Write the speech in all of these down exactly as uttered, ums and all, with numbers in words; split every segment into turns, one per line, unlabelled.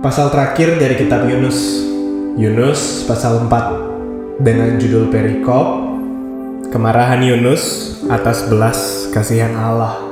Pasal terakhir dari kitab Yunus, Yunus pasal empat, dengan judul perikop Kemarahan Yunus atas belas kasihan Allah.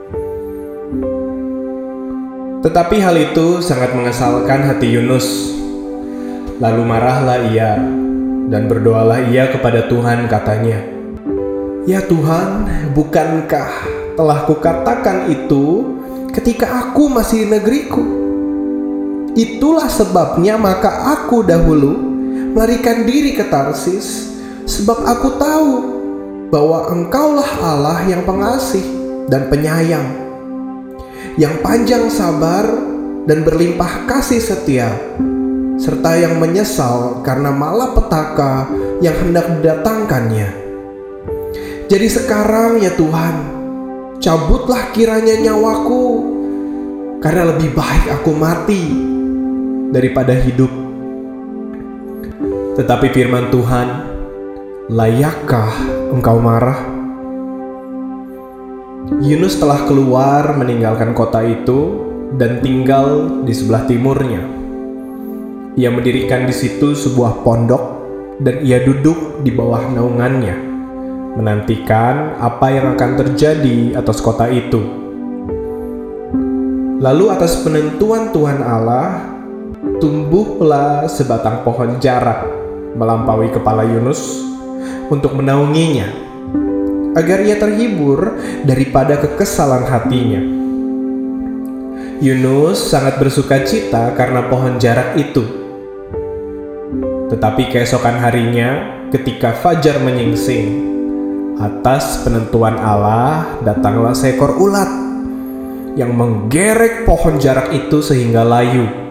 Tetapi hal itu sangat mengesalkan hati Yunus. Lalu marahlah ia dan berdoalah ia kepada Tuhan, katanya, "Ya Tuhan, bukankah telah kukatakan itu ketika aku masih di negeriku? Itulah sebabnya maka aku dahulu melarikan diri ke Tarsis, sebab aku tahu bahwa Engkaulah Allah yang pengasih dan penyayang, yang panjang sabar dan berlimpah kasih setia, serta yang menyesal karena malapetaka yang hendak didatangkannya. Jadi sekarang ya Tuhan, cabutlah kiranya nyawaku, karena lebih baik aku mati daripada hidup." Tetapi firman Tuhan, "Layakkah engkau marah?" Yunus telah keluar meninggalkan kota itu dan tinggal di sebelah timurnya. Ia mendirikan di situ sebuah pondok dan ia duduk di bawah naungannya, menantikan apa yang akan terjadi atas kota itu. Lalu atas penentuan Tuhan Allah, tumbuhlah sebatang pohon jarak melampaui kepala Yunus untuk menaunginya, agar ia terhibur daripada kekesalan hatinya. Yunus sangat bersuka cita karena pohon jarak itu. Tetapi keesokan harinya, ketika fajar menyingsing, atas penentuan Allah datanglah seekor ulat yang menggerek pohon jarak itu sehingga layu.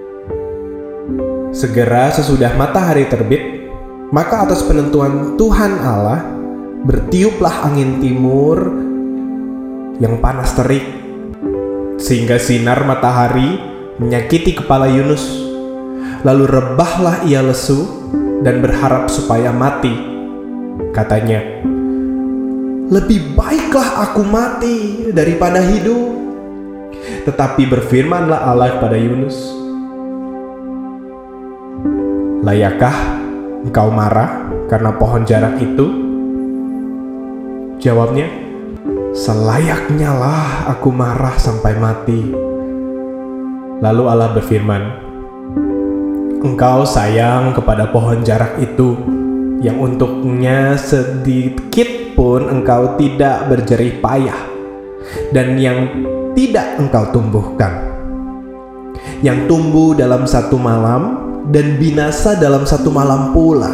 Segera sesudah matahari terbit, maka atas penentuan Tuhan Allah bertiuplah angin timur yang panas terik, sehingga sinar matahari menyakiti kepala Yunus. Lalu rebahlah ia lesu dan berharap supaya mati. Katanya, "Lebih baiklah aku mati daripada hidup." Tetapi berfirmanlah Allah kepada Yunus, "Layakkah engkau marah karena pohon jarak itu?" Jawabnya, "Selayaknya lah aku marah sampai mati." Lalu Allah berfirman, "Engkau sayang kepada pohon jarak itu, yang untuknya sedikit pun engkau tidak berjerih payah, dan yang tidak engkau tumbuhkan, yang tumbuh dalam satu malam dan binasa dalam satu malam pula.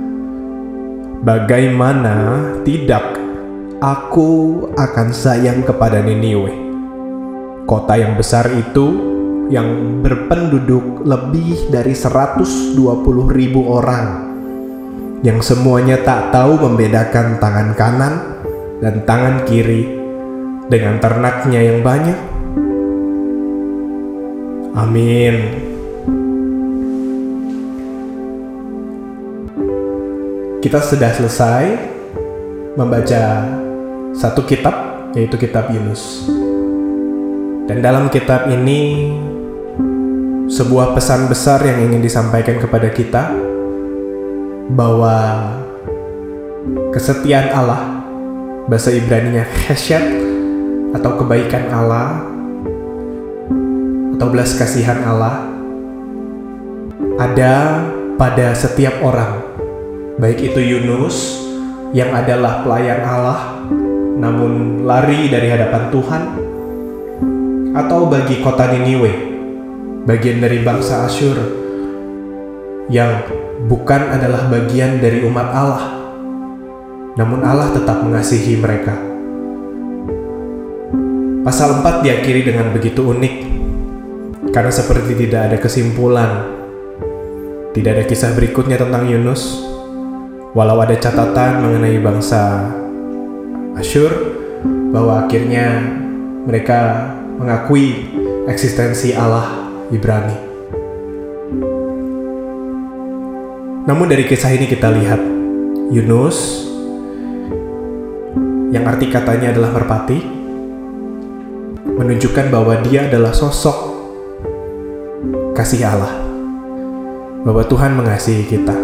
Bagaimana tidak aku akan sayang kepada Niniwe, kota yang besar itu, yang berpenduduk lebih dari seratus dua puluh ribu orang, yang semuanya tak tahu membedakan tangan kanan dan tangan kiri, dengan ternaknya yang banyak." Amin. Kita sudah selesai membaca satu kitab, yaitu kitab Yunus. Dan dalam kitab ini, sebuah pesan besar yang ingin disampaikan kepada kita, bahwa kesetiaan Allah, bahasa Ibraninya chesed, atau kebaikan Allah, atau belas kasihan Allah, ada pada setiap orang. Baik itu Yunus yang adalah pelayan Allah namun lari dari hadapan Tuhan, atau bagi kota Niniwe, bagian dari bangsa Asyur yang bukan adalah bagian dari umat Allah, namun Allah tetap mengasihi mereka. Pasal empat diakhiri dengan begitu unik, karena seperti tidak ada kesimpulan, tidak ada kisah berikutnya tentang Yunus. Walau ada catatan mengenai bangsa Asyur, bahwa akhirnya mereka mengakui eksistensi Allah Ibrani. Namun dari kisah ini kita lihat Yunus, yang arti katanya adalah merpati, menunjukkan bahwa dia adalah sosok kasih Allah, bahwa Tuhan mengasihi kita.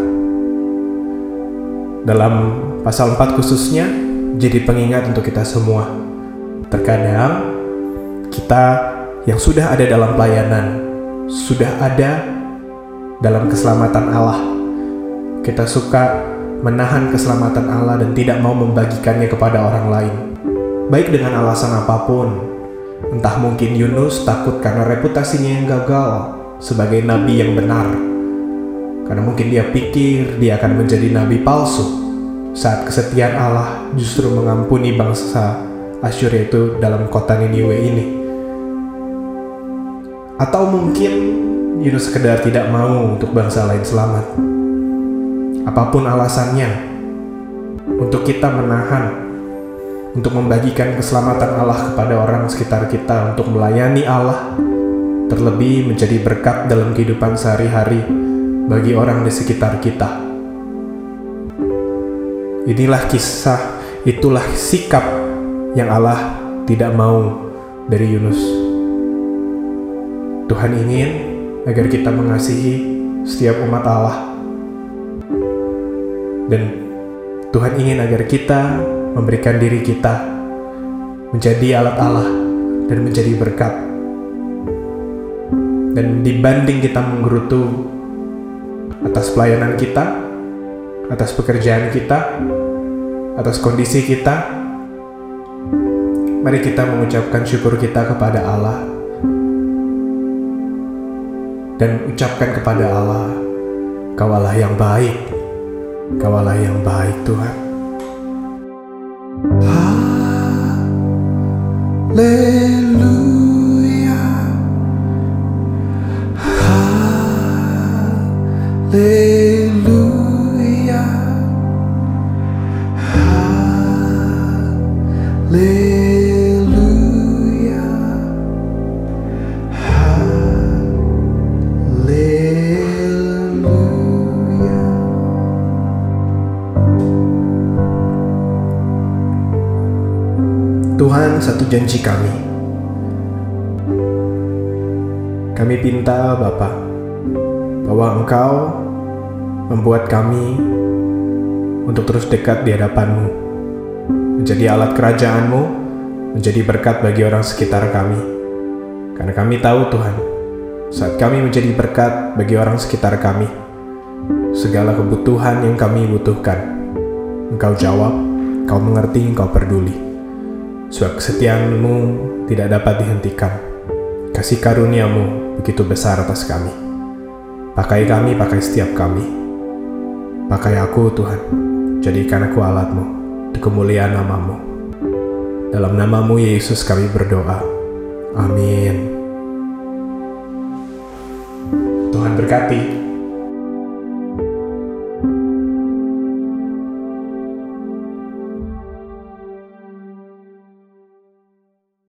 Dalam pasal empat khususnya, jadi pengingat untuk kita semua. Terkadang kita yang sudah ada dalam pelayanan, sudah ada dalam keselamatan Allah, kita suka menahan keselamatan Allah dan tidak mau membagikannya kepada orang lain, baik dengan alasan apapun. Entah mungkin Yunus takut karena reputasinya yang gagal sebagai nabi yang benar, karena mungkin dia pikir dia akan menjadi nabi palsu saat kesetiaan Allah justru mengampuni bangsa Asyur, yaitu dalam kota Niniwe ini. Atau mungkin Yunus sekedar tidak mau untuk bangsa lain selamat. Apapun alasannya, untuk kita menahan, untuk membagikan keselamatan Allah kepada orang sekitar kita, untuk melayani Allah, terlebih menjadi berkat dalam kehidupan sehari-hari bagi orang di sekitar kita. Inilah kisah, itulah sikap yang Allah tidak mau dari Yunus. Tuhan ingin agar kita mengasihi setiap umat Allah, dan Tuhan ingin agar kita memberikan diri kita menjadi alat Allah dan menjadi berkat. Dan dibanding kita menggerutu atas pelayanan kita, atas pekerjaan kita, atas kondisi kita, mari kita mengucapkan syukur kita kepada Allah dan ucapkan kepada Allah, Kau Allah yang baik, Kau Allah yang baik Tuhan.
Haleluya, haleluya, haleluya, haleluya.
Tuhan, satu janji kami. Kami pinta Bapa, bahwa Engkau membuat kami untuk terus dekat di hadapan-Mu, menjadi alat kerajaan-Mu, menjadi berkat bagi orang sekitar kami. Karena kami tahu Tuhan, saat kami menjadi berkat bagi orang sekitar kami, segala kebutuhan yang kami butuhkan, Engkau jawab, Engkau mengerti, Engkau peduli. Sebab kesetiaan-Mu tidak dapat dihentikan. Kasih karunia-Mu begitu besar atas kami. Pakai kami, pakai setiap kami. Pakai aku Tuhan, jadikan aku alat-Mu untuk kemuliaan nama-Mu. Dalam nama-Mu Yesus kami berdoa. Amin. Tuhan berkati.